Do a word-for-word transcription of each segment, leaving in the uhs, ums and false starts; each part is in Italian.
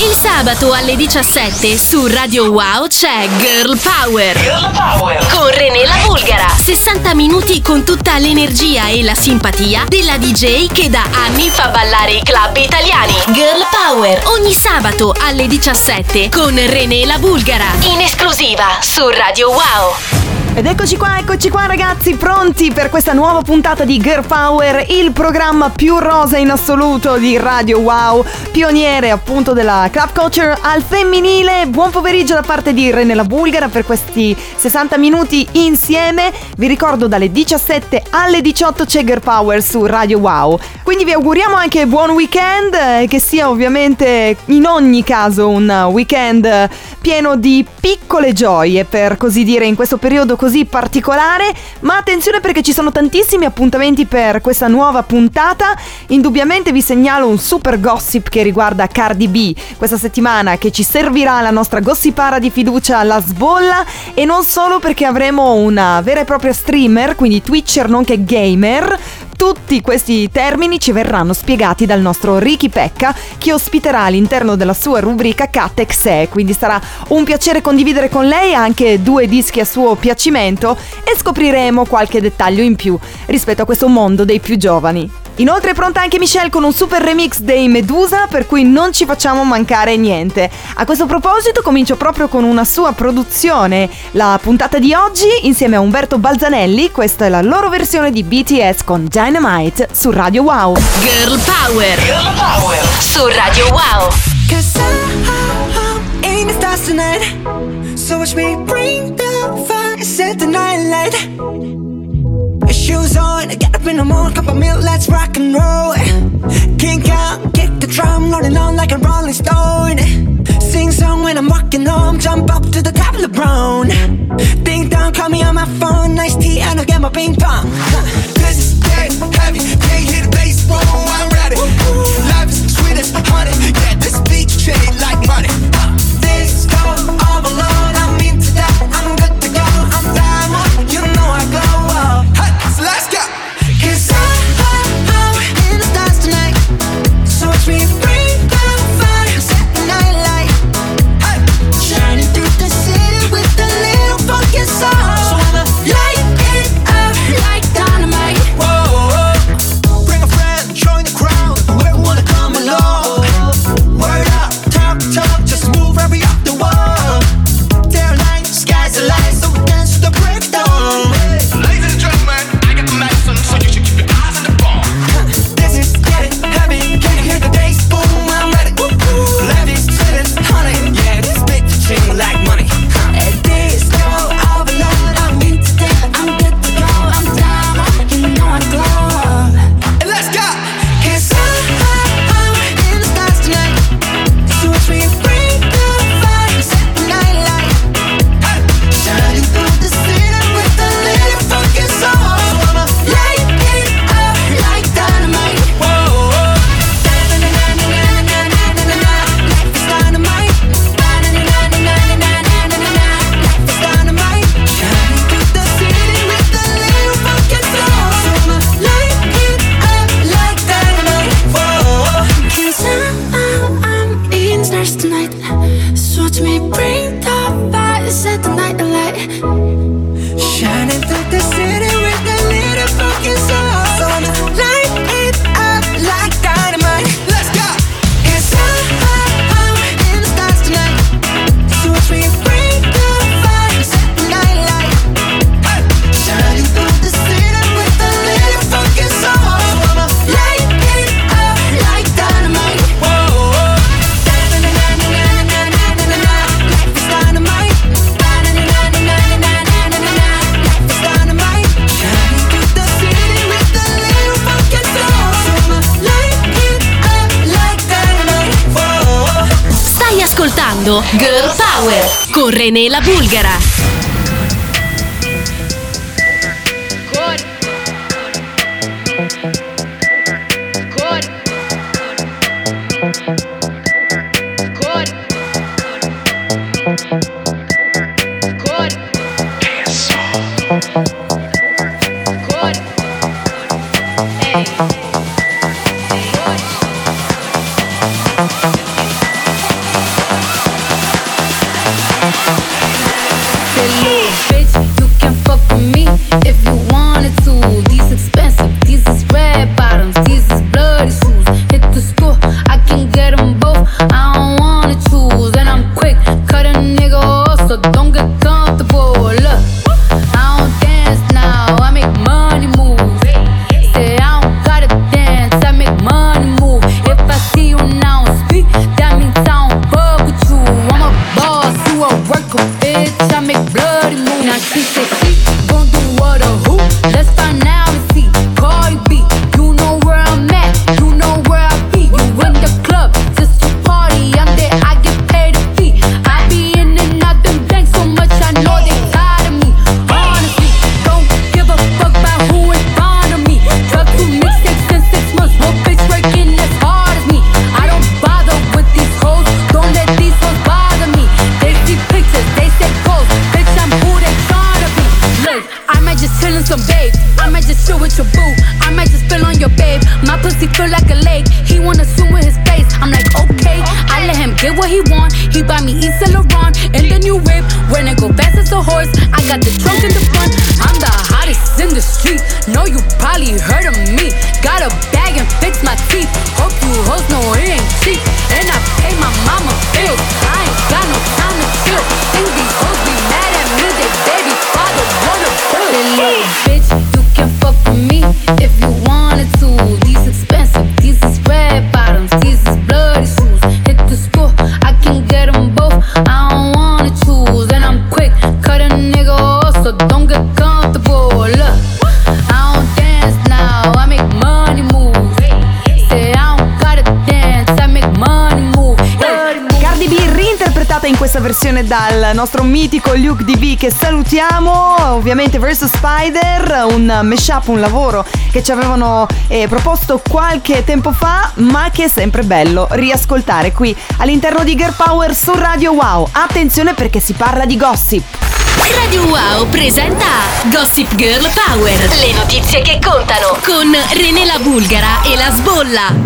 Il sabato alle diciassette su Radio Wow c'è Girl Power. Girl Power con René La Bulgara. sessanta minuti con tutta l'energia e la simpatia della D J che da anni fa ballare i club italiani. Girl Power ogni sabato alle diciassette con René La Bulgara. In esclusiva su Radio Wow. Ed eccoci qua, eccoci qua ragazzi, pronti per questa nuova puntata di Girl Power, il programma più rosa in assoluto di Radio Wow, pioniere appunto della club culture al femminile. Buon pomeriggio da parte di René La Bulgara per questi sessanta minuti insieme. Vi ricordo dalle diciassette alle diciotto c'è Girl Power su Radio Wow. Quindi vi auguriamo anche buon weekend, eh, che sia ovviamente in ogni caso un weekend pieno di piccole gioie, per così dire, in questo periodo così particolare. Ma attenzione, perché ci sono tantissimi appuntamenti per questa nuova puntata. Indubbiamente vi segnalo un super gossip che riguarda Cardi B questa settimana, che ci servirà la nostra gossipara di fiducia, la Sbolla. E non solo, perché avremo una vera e propria streamer, quindi twitcher nonché gamer. Tutti questi termini ci verranno spiegati dal nostro Ricky Pecca, che ospiterà all'interno della sua rubrica Catex, quindi sarà un piacere condividere con lei anche due dischi a suo piacimento e scopriremo qualche dettaglio in più rispetto a questo mondo dei più giovani. Inoltre è pronta anche Michelle con un super remix dei Medusa, per cui non ci facciamo mancare niente. A questo proposito comincio proprio con una sua produzione, la puntata di oggi insieme a Umberto Balzanelli. Questa è la loro versione di B T S con Dynamite su Radio Wow. Girl Power, Girl Power su Radio Wow. Cause I'm in the stars tonight, so watch me bring the fire, set the night light. Shoes on, get up in the morning, cup of milk, let's rock and roll. Kink out, kick the drum, rolling on like a rolling stone. Sing song when I'm walking home, jump up to the top of the brown. Ding dong, call me on my phone, nice tea and I'll get my ping pong. This is dead heavy, can't hear the bass, boom, I'm ready. Life is sweet as honey, yeah, this beat shade like money. This go all alone, I'm into that, I'm good to go, I'm diamond, you know I glow up. Let's go! Cause I'm in the stars tonight, so watch me bring down fire, set the night light. Hey. Shining through the city with a little funky soul. So I'ma light it up like dynamite. Whoa, bring a friend, join the crowd, whoever wanna come along. Word up, talk, talk, just move every up the wall. They're like, sky's the light, so dance to the breakdown. Ladies and gentlemen, so you should keep your eyes on the ball. This is getting heavy. Can you hear the bass? Boom, I'm ready. Levi's sitting honey. Yeah, this bitch ching like money. At this go overload, I'm into that. I'm good to go. I'm down. You know I glow. And let's go. Cause I'm in the stars tonight. So watch me bring the fire, set the night light. Hey. Shining through the city with a little funky soul. Tonight, so watch me bring the fire, set the night alight. Shining through the city with a little fucking soul. So I'ma light it up like dynamite. Let's go! Cause I'm in the stars tonight, so watch me bring the fire, set the night light. Hey. Shining through the city with a little fucking soul. So I'ma light it up like dynamite. Whoa. Stai ascoltando Girl Power con René La Bulgara. feel like a lake. He wanna swim with his face. I'm like, okay. I let him get what he want. He buy me Yves Saint Laurent and the new whip. When I go fast as a horse, I got the trunk in the front. I'm the hottest in the street. Know you probably heard of me. Got a bag and fix my teeth. Hope you hoes know it ain't cheap. And I pay my mama bills. I ain't got no time to chill. Think these hoes be mad at me. They baby father wanna build. Little bitch, you can fuck with me if you wanted to. These expensive, these is red bottoms, these is bloody shoes. Hit the store, I can get them both. I don't wanna choose, and I'm quick, cut a nigga off, so don't get comfortable. Look, I don't dance now, I make money move. Say I don't gotta dance, I make money move. Cardi B reinterpretata in questa versione dal nostro mitico Luke D B, che salutiamo, ovviamente versus Spider, un mashup, un lavoro che ci avevano eh, proposto qualche tempo fa, ma che è sempre bello riascoltare qui all'interno di Girl Power su Radio Wow. Attenzione perché si parla di gossip. Radio Wow presenta Gossip Girl Power, le notizie che contano, con René la Bulgara e la Sbolla.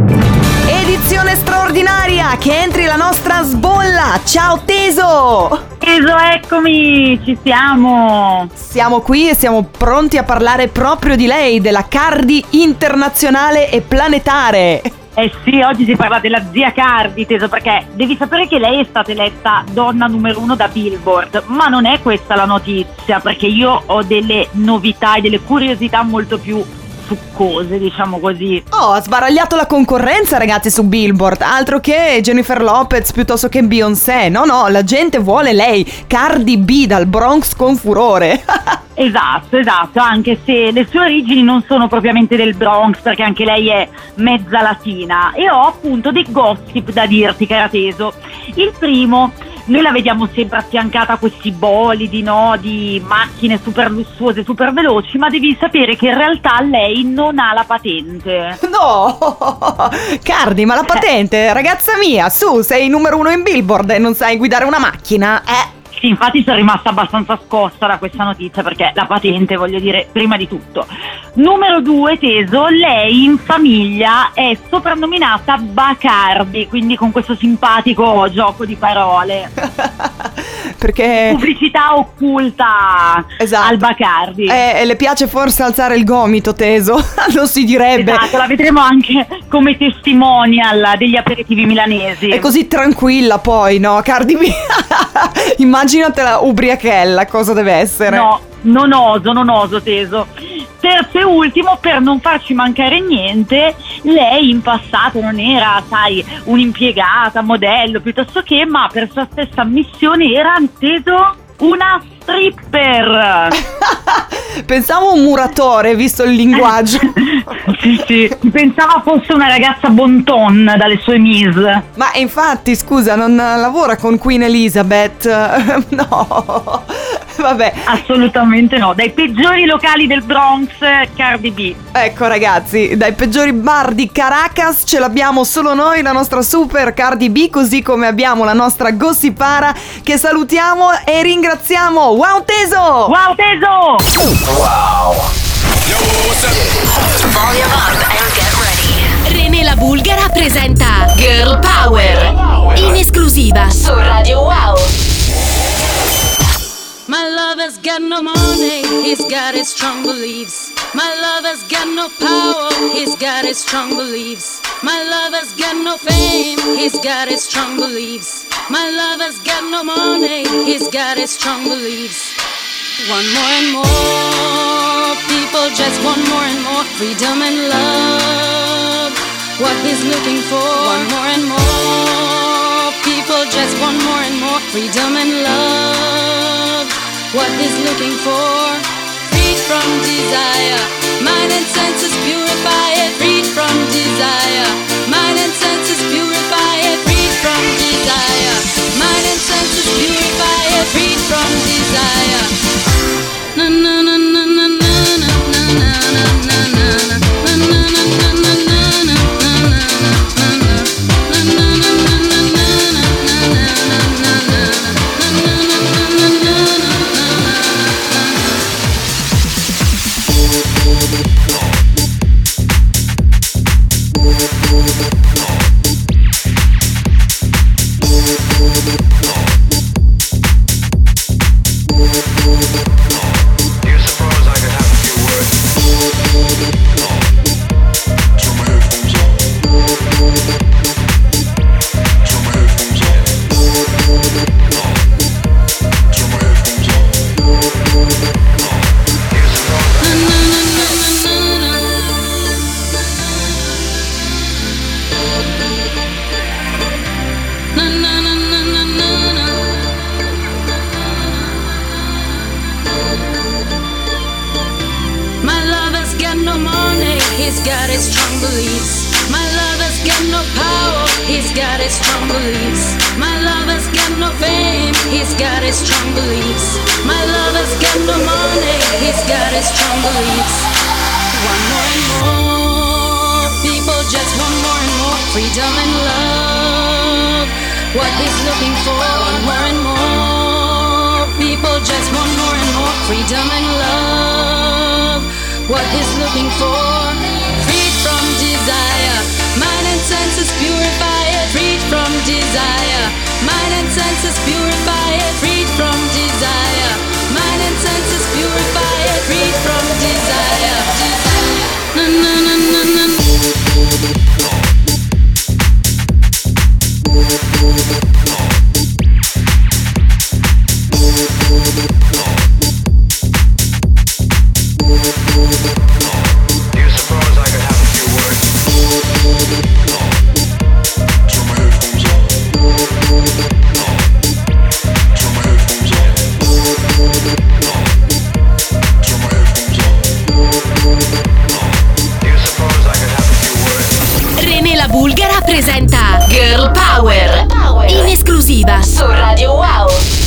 Edizione straordinaria, che entri la nostra Sbolla. Ciao Teso! Teso, eccomi, ci siamo. Siamo qui e siamo pronti a parlare proprio di lei, della Cardi internazionale e planetare. Eh sì, oggi si parla della zia Cardi, Teso, perché devi sapere che lei è stata eletta donna numero uno da Billboard, ma non è questa la notizia, perché io ho delle novità e delle curiosità molto più succose, diciamo così. Oh, ha sbaragliato la concorrenza, ragazzi, su Billboard. Altro che Jennifer Lopez piuttosto che Beyoncé. No, no, la gente vuole lei, Cardi B, dal Bronx con furore. Esatto, esatto, anche se le sue origini non sono propriamente del Bronx, perché anche lei è mezza latina. E ho appunto dei gossip da dirti, cara Teso. Il primo: noi la vediamo sempre affiancata a questi bolidi, no? Di macchine super lussuose, super veloci, ma devi sapere che in realtà lei non ha la patente. No! Cardi, ma la patente? Ragazza mia, su, sei numero uno in Billboard e non sai guidare una macchina? Eh! Sì, infatti sono rimasta abbastanza scossa da questa notizia, perché la patente, voglio dire, prima di tutto. Numero due, Teso, lei in famiglia è soprannominata Bacardi, quindi con questo simpatico gioco di parole. Perché pubblicità occulta, esatto, al Bacardi. Eh, le piace forse alzare il gomito, Teso, non si direbbe. Esatto, la vedremo anche come testimonial degli aperitivi milanesi. È così tranquilla poi, no, Cardi B? Immaginatela ubriachella, cosa deve essere. No, non oso, non oso, Teso. Terzo e ultimo, per non farci mancare niente, lei in passato non era, sai, un'impiegata, modello, piuttosto che, ma per sua stessa ammissione era, Teso, una stripper. Pensavo un muratore, visto il linguaggio. Sì, sì. Pensava fosse una ragazza bon ton dalle sue mise. Ma infatti, scusa, non lavora con Queen Elizabeth? No, vabbè. Assolutamente no. Dai peggiori locali del Bronx, Cardi B. Ecco ragazzi, dai peggiori bar di Caracas ce l'abbiamo solo noi, la nostra super Cardi B, così come abbiamo la nostra gossipara, che salutiamo e ringraziamo. Wow Teso! Wow Teso! Wow. Yo, what's up? Volume up and get ready. René la Bulgara presenta Girl Power in esclusiva su Radio Wow. My lover's got no money, he's got his strong beliefs. My lover's got no power, he's got his strong beliefs. My lover's got no fame, he's got his strong beliefs. My lover's got no money, he's got his strong beliefs. One more and more, people just want more and more freedom and love, what he's looking for. One more and more, people just want more and more freedom and love, what he's looking for. Freed from desire, mind and senses purify it. Freed from desire, mind and senses purify it. Freed from desire, mind and senses purify it. Freed from desire. Na na na na na na na na na na na na na na na na. got his strong beliefs. My lover's got no power, he's got his strong beliefs. My lover's got no fame, he's got his strong beliefs. My lover's got no money, he's got his strong beliefs. One more and more, people just want more and more freedom and love. What he's looking for, one more and more, people just want more and more freedom and love. What he's looking for, freed from desire, mind and senses purify it, freed from desire, mind and senses purify it, freed from desire, mind and senses purify it, freed from desire, desire. Na na na na na. Bulgara presenta Girl Power in esclusiva su Radio Wow.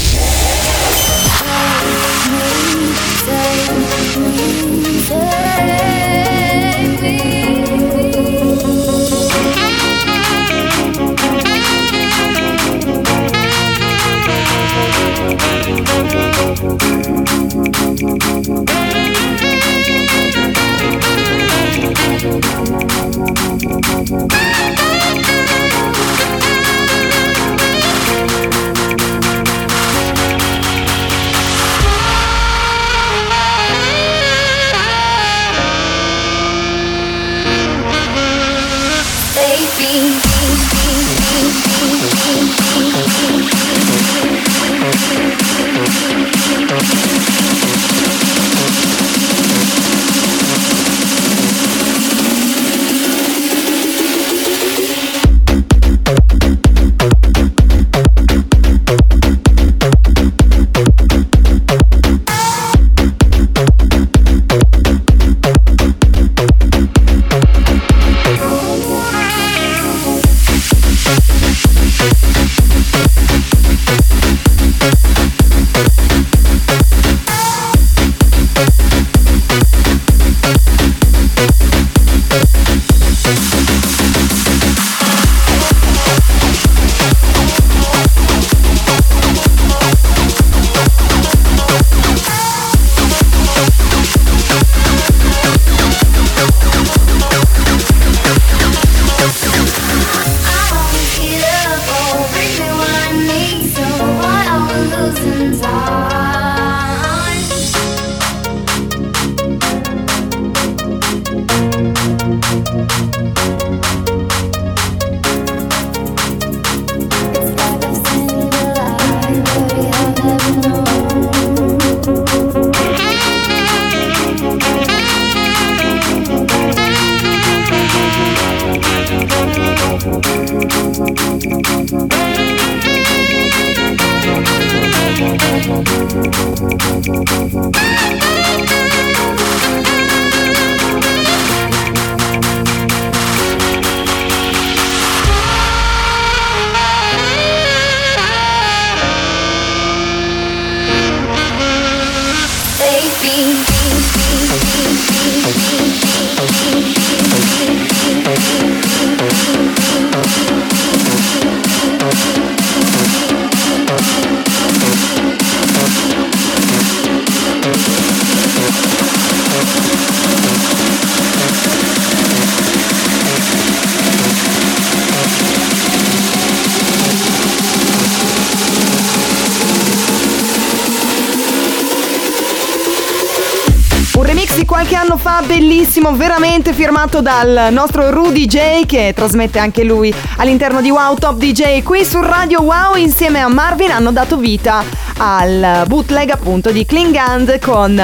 Qualche anno fa, bellissimo, veramente, firmato dal nostro Rudy J, che trasmette anche lui all'interno di Wow Top D J qui su Radio Wow. Insieme a Marvin hanno dato vita al bootleg appunto di Klingand con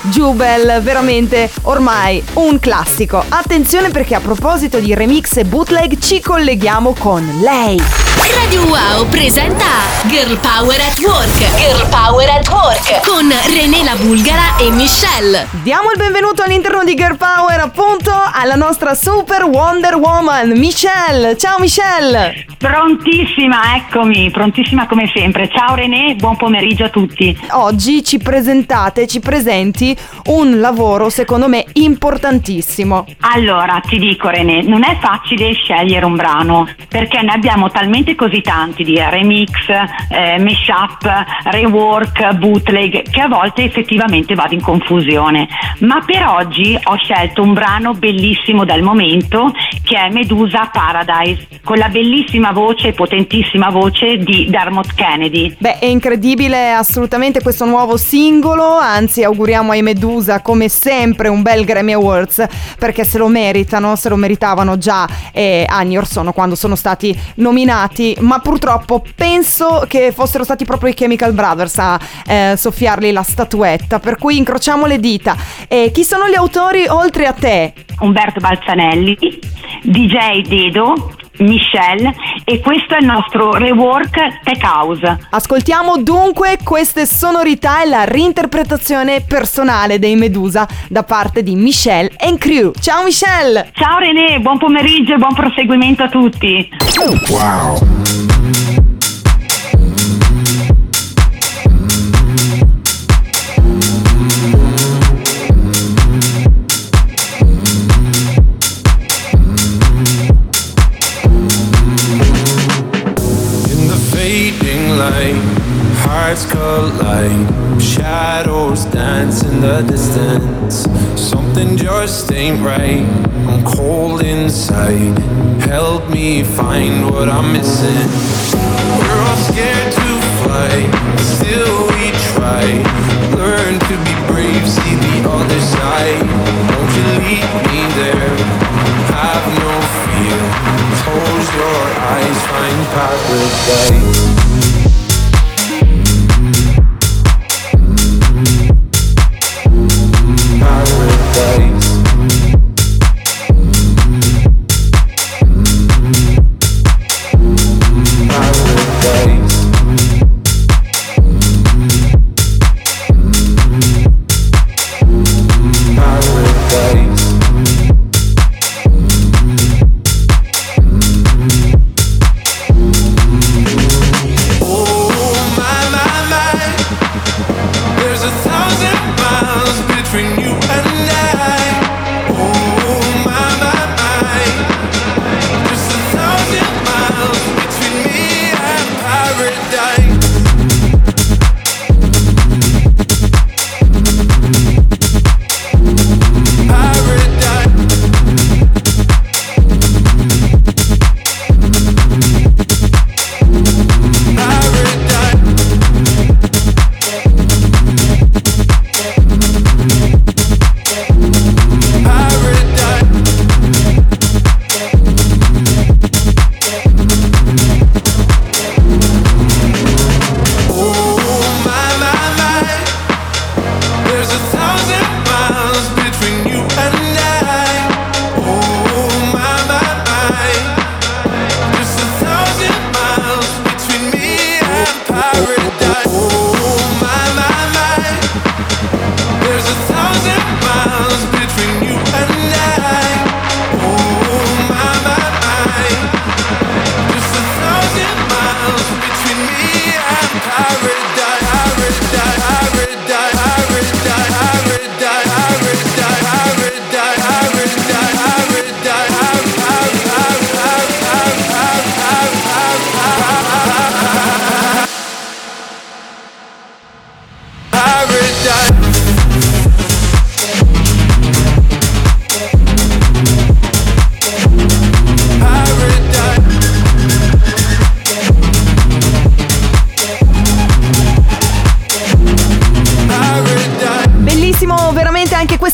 Jubel, veramente ormai un classico. Attenzione perché a proposito di remix e bootleg ci colleghiamo con lei. Radio Wow presenta Girl Power at Work. Girl Power at Work con René la Bulgara e Michelle. Diamo il benvenuto all'interno di Girl Power appunto alla nostra super Wonder Woman, Michelle. Ciao Michelle. Prontissima, eccomi, prontissima come sempre. Ciao René, buon pomeriggio a tutti. Oggi ci presentate, ci presenti un lavoro secondo me importantissimo. Allora, ti dico René, non è facile scegliere un brano perché ne abbiamo talmente così tanti di remix, eh, mashup, rework, bootleg che a volte effettivamente vado in confusione. Ma per oggi ho scelto un brano bellissimo dal momento che è Medusa Paradise con la bellissima voce, potentissima voce di Dermot Kennedy. Beh, è incredibile assolutamente questo nuovo singolo, anzi auguriamo ai Medusa come sempre un bel Grammy Awards perché se lo meritano, se lo meritavano già eh, anni or sono quando sono stati nominati, ma purtroppo penso che fossero stati proprio i Chemical Brothers a eh, soffiarli la statuetta, per cui incrociamo le dita. E chi sono gli autori oltre a te? Umberto Balzanelli, D J Dedo, Michelle, e questo è il nostro rework Tech House. Ascoltiamo dunque queste sonorità e la reinterpretazione personale dei Medusa da parte di Michelle and Crew. Ciao Michelle! Ciao René, buon pomeriggio e buon proseguimento a tutti. Wow. Hearts collide, shadows dance in the distance. Something just ain't right, I'm cold inside. Help me find what I'm missing. We're all scared to fly, but still we try. Learn to be brave, see the other side. Won't you lead me there? Have no fear. Close your eyes, find paradise. Paradise.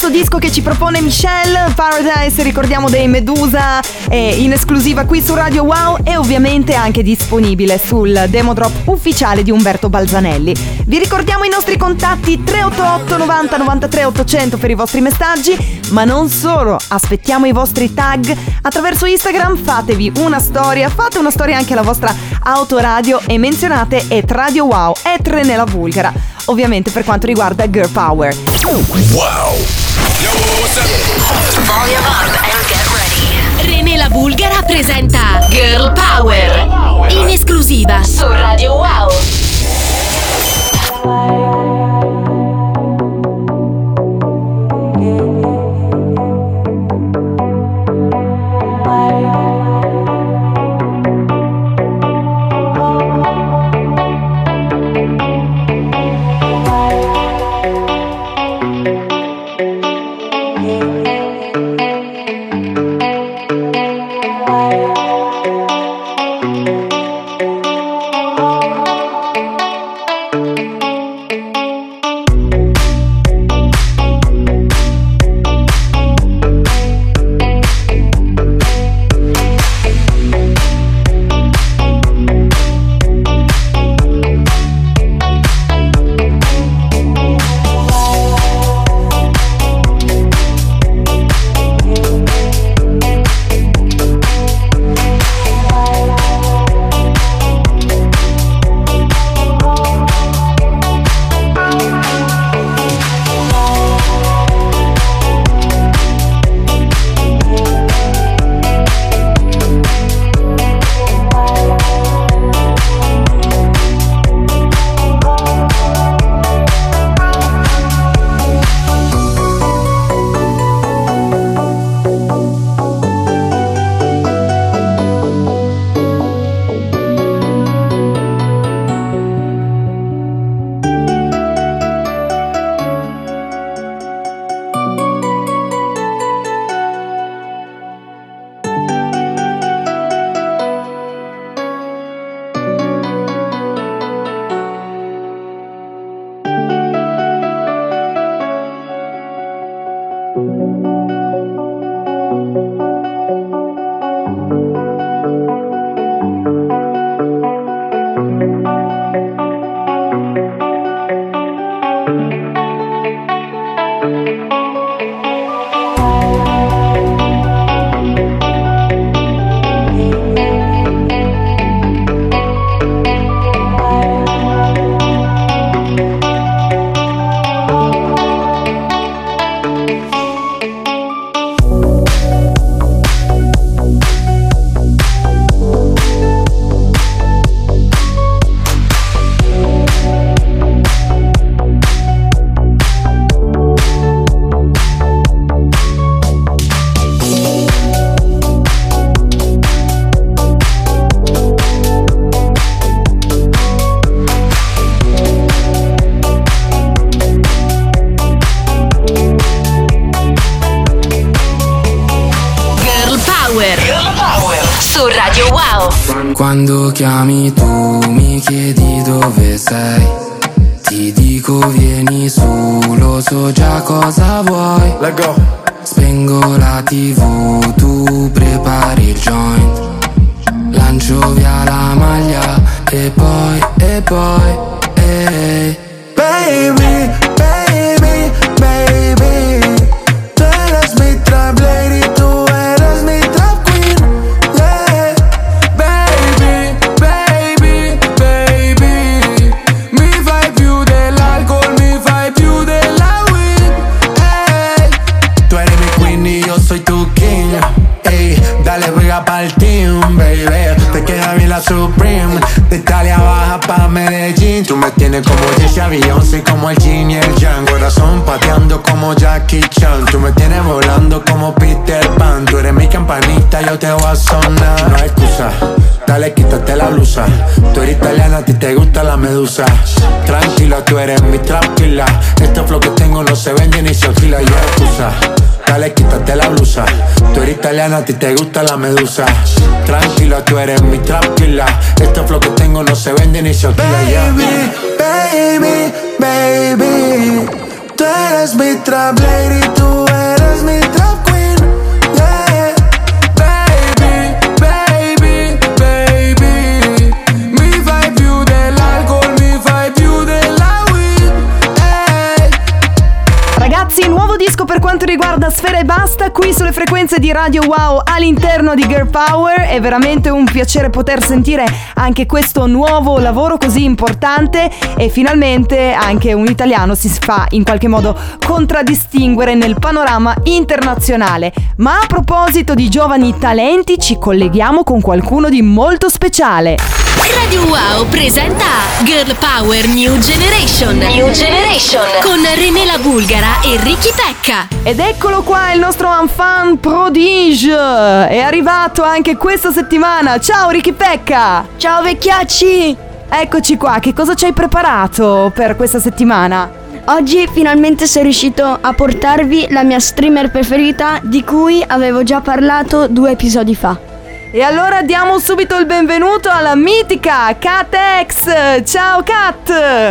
terzo disco che ci propone Michelle, Paradise, ricordiamo dei Medusa, è in esclusiva qui su Radio Wow e ovviamente anche disponibile sul demo drop ufficiale di Umberto Balzanelli. Vi ricordiamo i nostri contatti tre otto otto novanta novantatré ottocento per i vostri messaggi, ma non solo, aspettiamo i vostri tag attraverso Instagram, fatevi una storia, fate una storia anche alla vostra autoradio e menzionate et Radio Wow, et Renela Bulgara, ovviamente per quanto riguarda Girl Power. Wow. Yo, what's up? Volume up and get ready. Renela Bulgara presenta Girl Power in esclusiva su Radio Wow. Quando chiami tu mi chiedi dove sei, ti dico vieni su, lo so già cosa vuoi. Let go. Spengo la tivù, tu prepari il joint, lancio via la maglia e poi, e poi, ehi. Baby, baby, baby, tú eres mi trap lady, tú eres mi trap queen, yeah. Baby, baby, baby, mi fai più dell'alcol, mi fai più della weed, hey. Tú eres mi queen y yo soy tu king, ey. Dale juega pa'l team, baby, te queda bien la Supreme, de Italia baja pa' Medellín. Tú me tienes como Jessie, Beyoncé, como el Jin y el Yang. Corazón pateando como Jackie Chan. Tú me tienes volando como Peter Pan. Tú eres mi campanita, yo te voy a sonar. No hay excusa, dale quítate la blusa. Tú eres italiana, a ti te gusta la medusa. Tranquila, tú eres mi tranquila. Este flow que tengo no se vende ni se alquila. Y no hay excusa, dale quítate la blusa. Tú eres italiana, a ti te gusta la medusa. Tranquila, tú eres mi tranquila. Este flow que tengo no se vende ni se alquila. Baby, baby, baby, tú eres mi trap lady, tú eres mi trap queen. Yeah, baby, baby, baby. Mi fai più dell'alcol, mi fai più della weed. Hey. Ragazzi, nuovo disco per quanto riguarda Sfera Ebbasta qui sulle frequenze di Radio Wow all'interno di Girl Power. È veramente un piacere poter sentire anche questo nuovo lavoro così importante e finalmente anche un italiano si fa in qualche modo contraddistinguere nel panorama internazionale. Ma a proposito di giovani talenti, ci colleghiamo con qualcuno di molto speciale. Radio Wow presenta Girl Power New Generation New Generation con René La Bulgara e Ricky Pecca. Ed eccolo qua il nostro enfant prodige. È arrivato anche questa settimana. Ciao Ricky Pecca. Ciao vecchiacci. Eccoci qua, che cosa ci hai preparato per questa settimana? Oggi finalmente sono riuscito a portarvi la mia streamer preferita, di cui avevo già parlato due episodi fa. E allora diamo subito il benvenuto alla mitica Kat-X. Ciao Kat.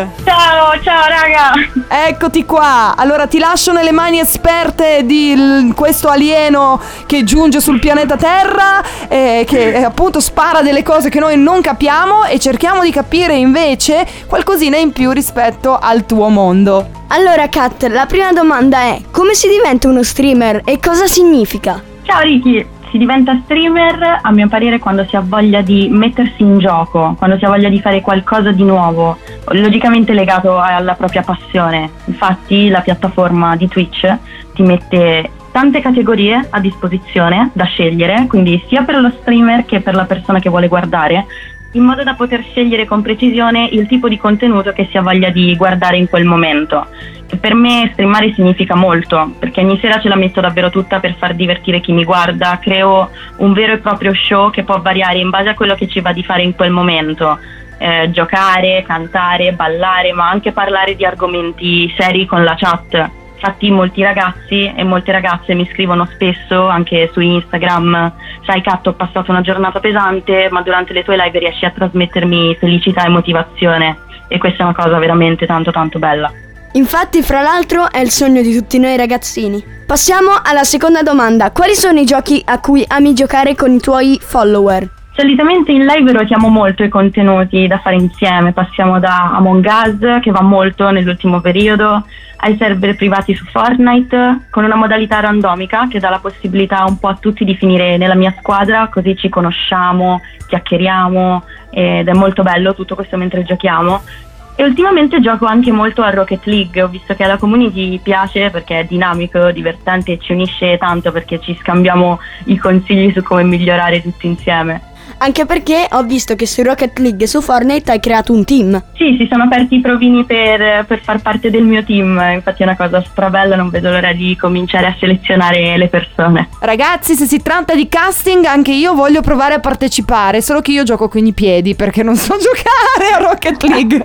Ciao, ciao raga. Eccoti qua. Allora ti lascio nelle mani esperte di l- questo alieno che giunge sul pianeta Terra, eh, che eh, appunto spara delle cose che noi non capiamo, e cerchiamo di capire invece qualcosina in più rispetto al tuo mondo. Allora Kat, la prima domanda è: come si diventa uno streamer e cosa significa? Ciao Ricky. Si diventa streamer, a mio parere, quando si ha voglia di mettersi in gioco, quando si ha voglia di fare qualcosa di nuovo, logicamente legato alla propria passione. Infatti la piattaforma di Twitch ti mette tante categorie a disposizione da scegliere, quindi sia per lo streamer che per la persona che vuole guardare, in modo da poter scegliere con precisione il tipo di contenuto che si ha voglia di guardare in quel momento. E per me streamare significa molto, perché ogni sera ce la metto davvero tutta per far divertire chi mi guarda, creo un vero e proprio show che può variare in base a quello che ci va di fare in quel momento. Eh, giocare, cantare, ballare, ma anche parlare di argomenti seri con la chat. Infatti molti ragazzi e molte ragazze mi scrivono spesso anche su Instagram: sai Kat, ho passato una giornata pesante, ma durante le tue live riesci a trasmettermi felicità e motivazione, e questa è una cosa veramente tanto tanto bella. Infatti, fra l'altro, è il sogno di tutti noi ragazzini. Passiamo alla seconda domanda: quali sono i giochi a cui ami giocare con i tuoi follower? Solitamente in live ruotiamo molto i contenuti da fare insieme, passiamo da Among Us, che va molto nell'ultimo periodo, ai server privati su Fortnite, con una modalità randomica che dà la possibilità un po' a tutti di finire nella mia squadra, così ci conosciamo, chiacchieriamo, ed è molto bello tutto questo mentre giochiamo. E ultimamente gioco anche molto a Rocket League, ho visto che alla community piace perché è dinamico, divertente e ci unisce tanto, perché ci scambiamo i consigli su come migliorare tutti insieme. Anche perché ho visto che su Rocket League e su Fortnite hai creato un team. Sì, si sono aperti i provini per, per far parte del mio team, infatti è una cosa strabella, non vedo l'ora di cominciare a selezionare le persone. Ragazzi, se si tratta di casting, anche io voglio provare a partecipare, solo che io gioco con i piedi perché non so giocare a Rocket League.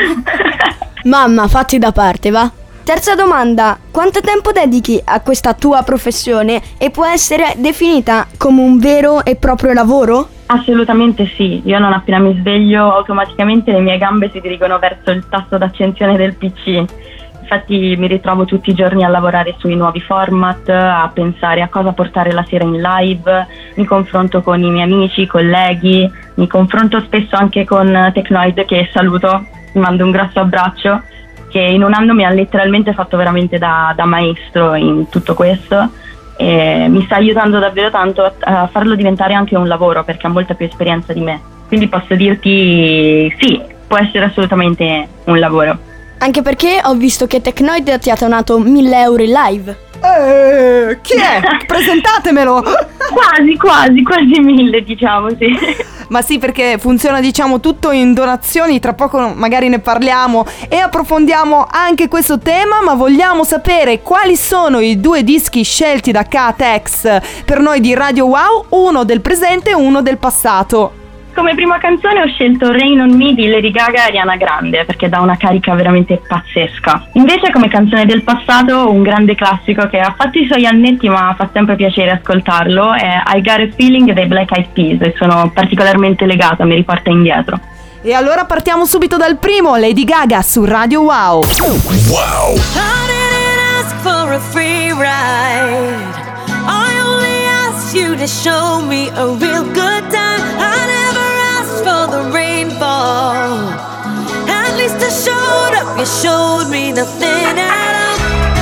Mamma, fatti da parte, va? Terza domanda: quanto tempo dedichi a questa tua professione e può essere definita come un vero e proprio lavoro? Assolutamente sì, io non appena mi sveglio automaticamente le mie gambe si dirigono verso il tasto d'accensione del P C. Infatti mi ritrovo tutti i giorni a lavorare sui nuovi format, a pensare a cosa portare la sera in live, mi confronto con i miei amici, i colleghi, mi confronto spesso anche con Technoid, che saluto, mi mando un grosso abbraccio, che in un anno mi ha letteralmente fatto veramente da, da maestro in tutto questo. E mi sta aiutando davvero tanto a, a farlo diventare anche un lavoro, perché ha molta più esperienza di me, quindi posso dirti sì, può essere assolutamente un lavoro. Anche perché ho visto che Technoid ti ha donato mille euro in live. Eh, chi è? Presentatemelo. Quasi, quasi, quasi mille, diciamo, sì. Ma sì, perché funziona, diciamo, tutto in donazioni. Tra poco magari ne parliamo e approfondiamo anche questo tema. Ma vogliamo sapere quali sono i due dischi scelti da Kat-X per noi di Radio Wow, uno del presente e uno del passato. Come prima canzone ho scelto Rain on Me di Lady Gaga e Ariana Grande, perché dà una carica veramente pazzesca. Invece come canzone del passato un grande classico che ha fatto i suoi annetti ma fa sempre piacere ascoltarlo è I Got a Feeling dei Black Eyed Peas, e sono particolarmente legata, mi riporta indietro. E allora partiamo subito dal primo, Lady Gaga su Radio Wow. Wow. a free ride. I only asked you to show me a real good time. I never asked for the rainfall. At least I showed up, you showed me nothing at all.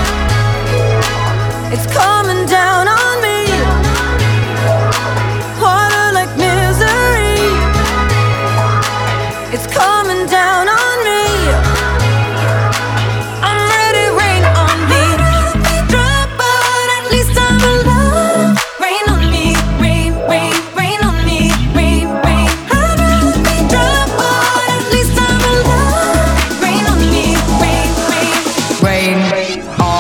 It's coming down on me, harder like misery. It's coming down on me. I'm ready, rain on me. I'd rather be dry, but at least I'm alive. Rain on me, rain, rain, rain on me, rain, rain. I'd rather be dry, but at least I'm alive. Rain on me, rain, rain, rain on me.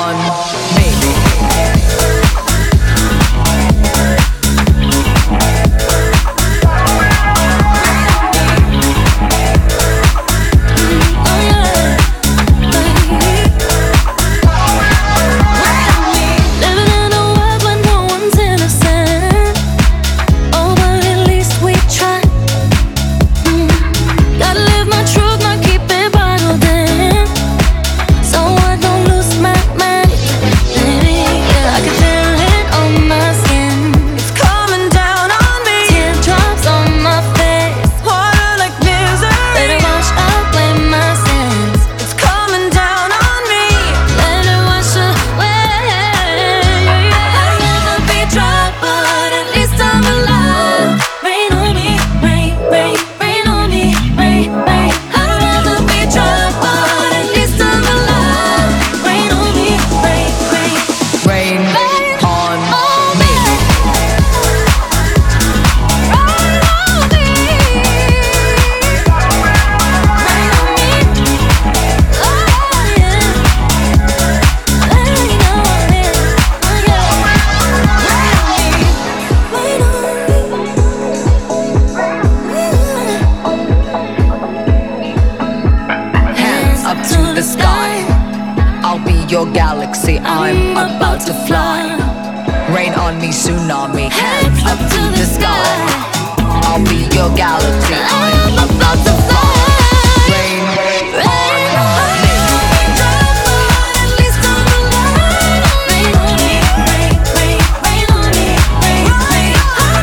Your galaxy, I'm about to fly. Rain on me, tsunami, hands up to the sky. I'll be your galaxy, I'm about to fly. Rain, rain on me. At least I'm alive. Rain on me, rain, rain, rain on me, rain, rain. At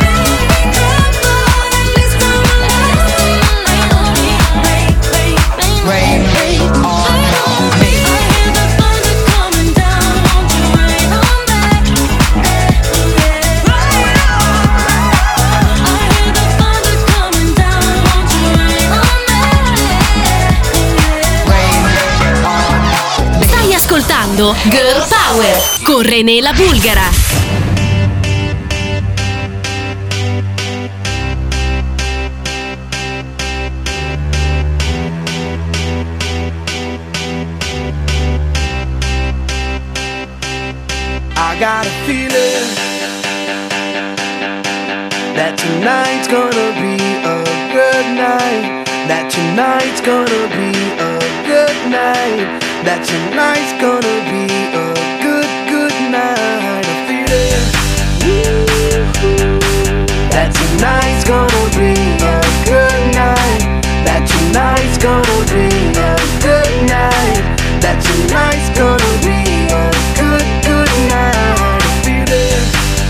least I'm alive. Rain on me, rain, rain, rain, rain on me. Ascoltando Girl Power con René La Bulgara. I got a feeling that tonight's gonna be a good night. That tonight's gonna be a good night. That tonight's gonna be a good, good night. I feel it. That tonight's gonna be a good night. That tonight's gonna be a good night. That tonight's gonna be a good, good night. I feel it.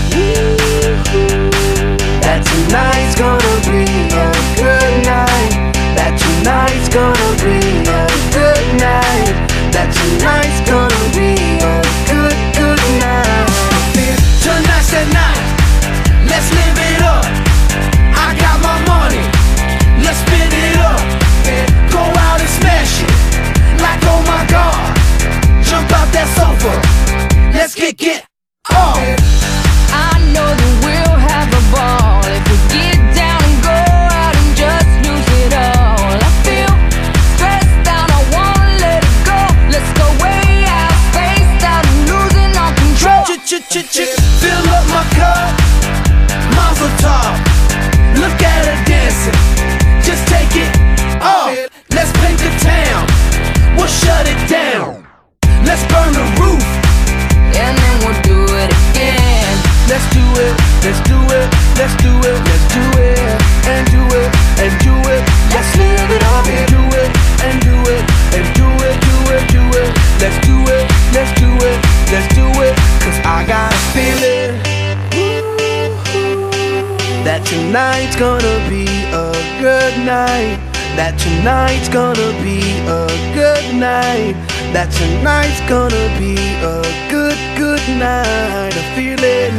That tonight's gonna be a good night. That tonight's gonna be a good night. That tonight's gonna be a good, good night. Tonight's the night, let's live it up. I got my money, let's spin it up. Go out and smash it, like oh my god. Jump out that sofa, let's kick it off. I know that we'll have a ball if we get down and go out and just lose it all. I feel stressed that tonight's gonna be a good night, that tonight's gonna be a good, good night. I feel it.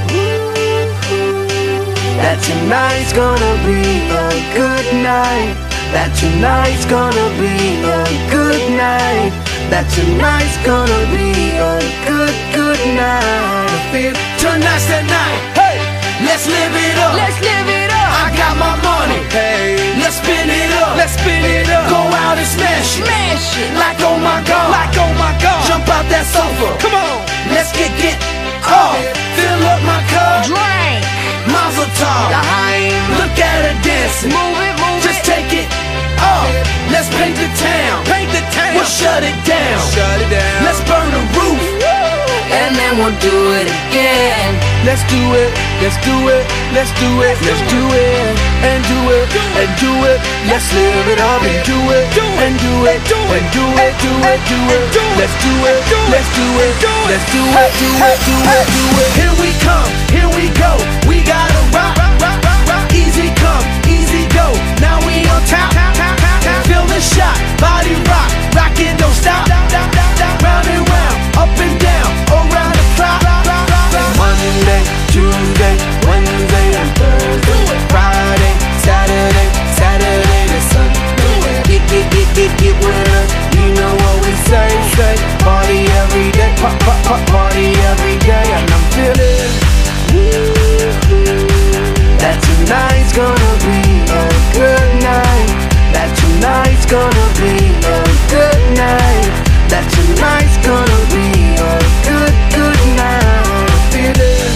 That tonight's gonna be a good night, that tonight's gonna be a good night, that tonight's gonna be a good, good night. I feel tonight's the night. Hey, let's live it up. Let's live it up. I got my money. Hey, let's spin it up. Let's spin it up. Go out and smash it. Smash it. Like oh my god. Like oh my god. Jump out that sofa. Come on. Let's get get off. Fill up my cup. Drink. Mazel tov. Look at her dancing. Move it, move Just it. take it off. Let's paint the town. Paint the town. We'll shut it down. Shut it down. Let's burn the roof. And then we'll do it again. Let's do it, let's do it, let's do it, let's do it, and do it, and do it. Let's live it up and do it, and do it, and do it, do it, do it. Let's do it, let's do it, let's do it, do it, do it, do it. Here we come, here we go. We gotta rock, rock, rock, rock. Easy come, easy go. Now we on top, feel the shot, body rock, rockin', don't stop. Round and round, up and down, around the clock. Monday, Tuesday, Wednesday, and Thursday, Friday, Saturday, Saturday to Sunday. Get, get, get, get, get with us. You know what we say, say. Party every day, pop, pop, pop, party every day, and I'm feeling that tonight's gonna be a good night. That tonight's gonna be a good night. That tonight's gonna be a good, good night. Feeling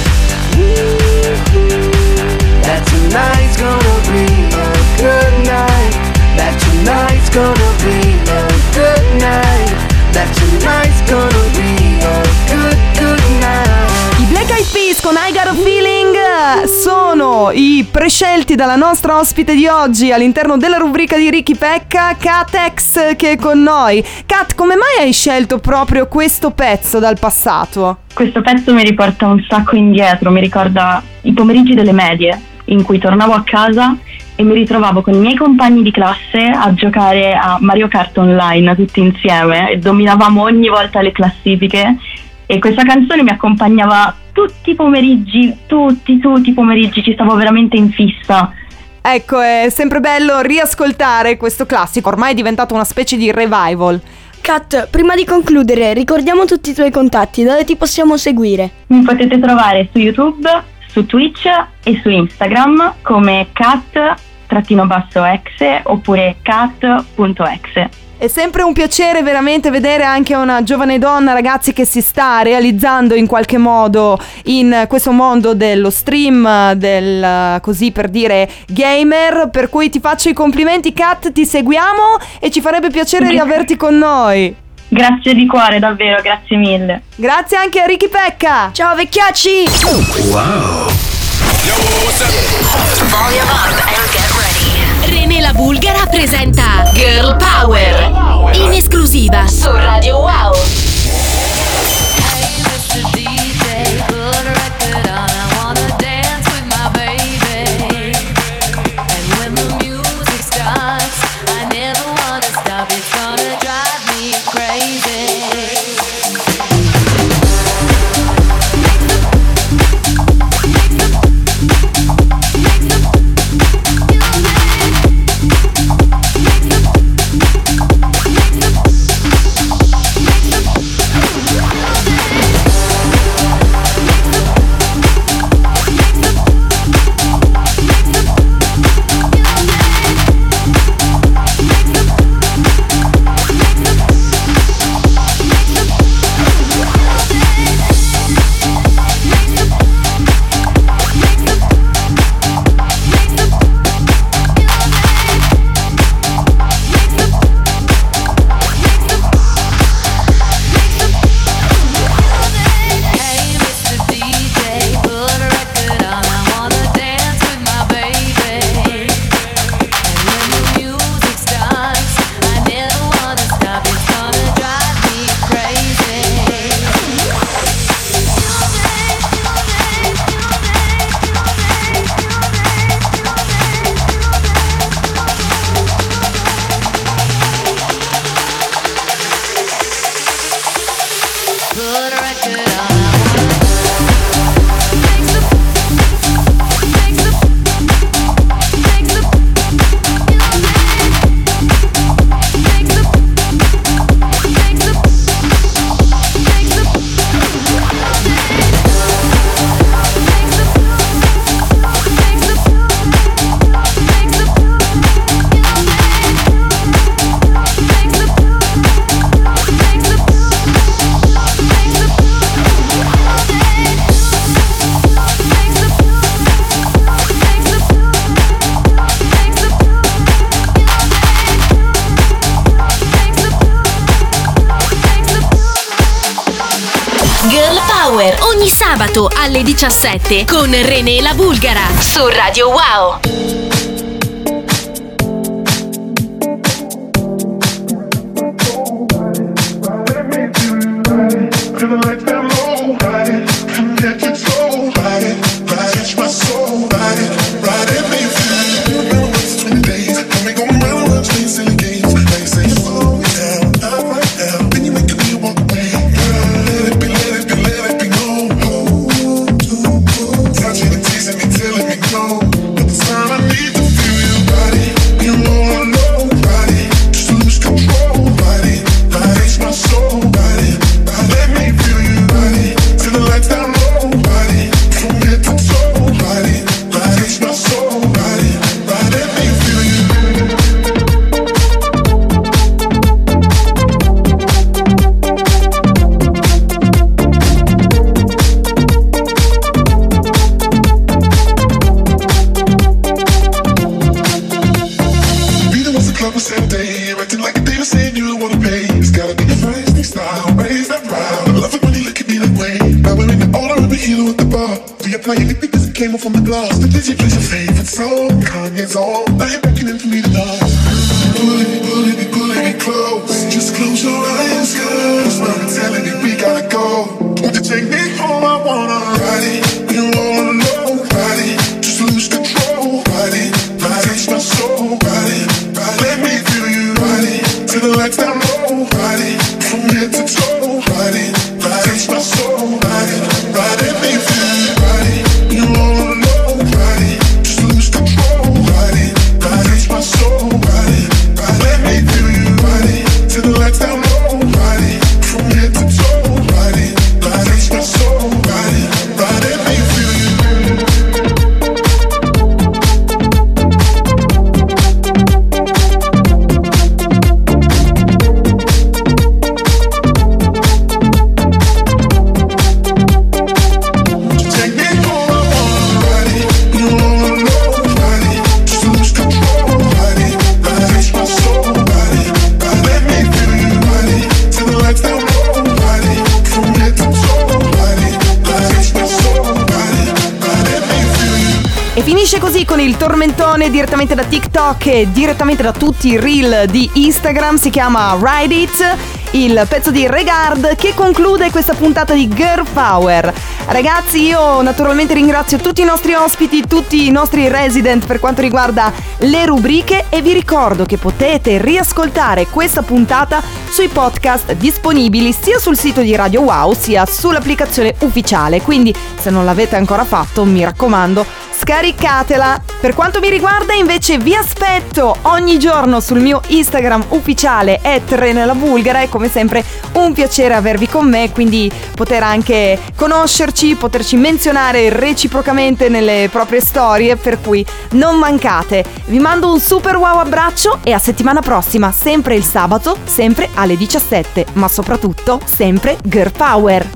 that tonight's gonna be a good night. That tonight's gonna be a good night. That tonight's gonna be a good, good night. I Black Eyed Peas con I Got a Feeling sono i prescelti dalla nostra ospite di oggi all'interno della rubrica di Ricky Pecca, Katex, che è con noi. Kat, come mai hai scelto proprio questo pezzo dal passato? Questo pezzo mi riporta un sacco indietro, mi ricorda i pomeriggi delle medie in cui tornavo a casa e mi ritrovavo con i miei compagni di classe a giocare a Mario Kart online tutti insieme e dominavamo ogni volta le classifiche e questa canzone mi accompagnava tutti i pomeriggi, tutti, tutti i pomeriggi, ci stavo veramente in fissa. Ecco, è sempre bello riascoltare questo classico, ormai è diventato una specie di revival. Kat, prima di concludere, ricordiamo tutti i tuoi contatti, dove ti possiamo seguire? Mi potete trovare su YouTube, su Twitch e su Instagram come cat-exe oppure cat.exe. È sempre un piacere veramente vedere anche una giovane donna, ragazzi, che si sta realizzando in qualche modo in questo mondo dello stream, del, così per dire, gamer, per cui ti faccio i complimenti, Kat, ti seguiamo e ci farebbe piacere riaverti con noi. Grazie di cuore, davvero, grazie mille. Grazie anche a Ricky Pecca. Ciao vecchiacci. Wow. Volume up and get ready. René La Bulgara presenta Girl Power in esclusiva su Radio Wow. Makes the Power ogni sabato alle diciassette con René la Bulgara su Radio Wow. Finisce così con il tormentone direttamente da TikTok e direttamente da tutti i reel di Instagram. Si chiama Ride It, il pezzo di Regard che conclude questa puntata di Girl Power. Ragazzi, io naturalmente ringrazio tutti i nostri ospiti, tutti i nostri resident per quanto riguarda le rubriche e vi ricordo che potete riascoltare questa puntata sui podcast disponibili sia sul sito di Radio Wow sia sull'applicazione ufficiale, quindi se non l'avete ancora fatto mi raccomando scaricatela. Per quanto mi riguarda invece vi aspetto ogni giorno sul mio Instagram ufficiale at René la Bulgara, è come sempre un piacere avervi con me, quindi poter anche conoscerci, poterci menzionare reciprocamente nelle proprie storie, per cui non mancate. Vi mando un super wow abbraccio e a settimana prossima, sempre il sabato, sempre alle diciassette, ma soprattutto sempre Girl Power.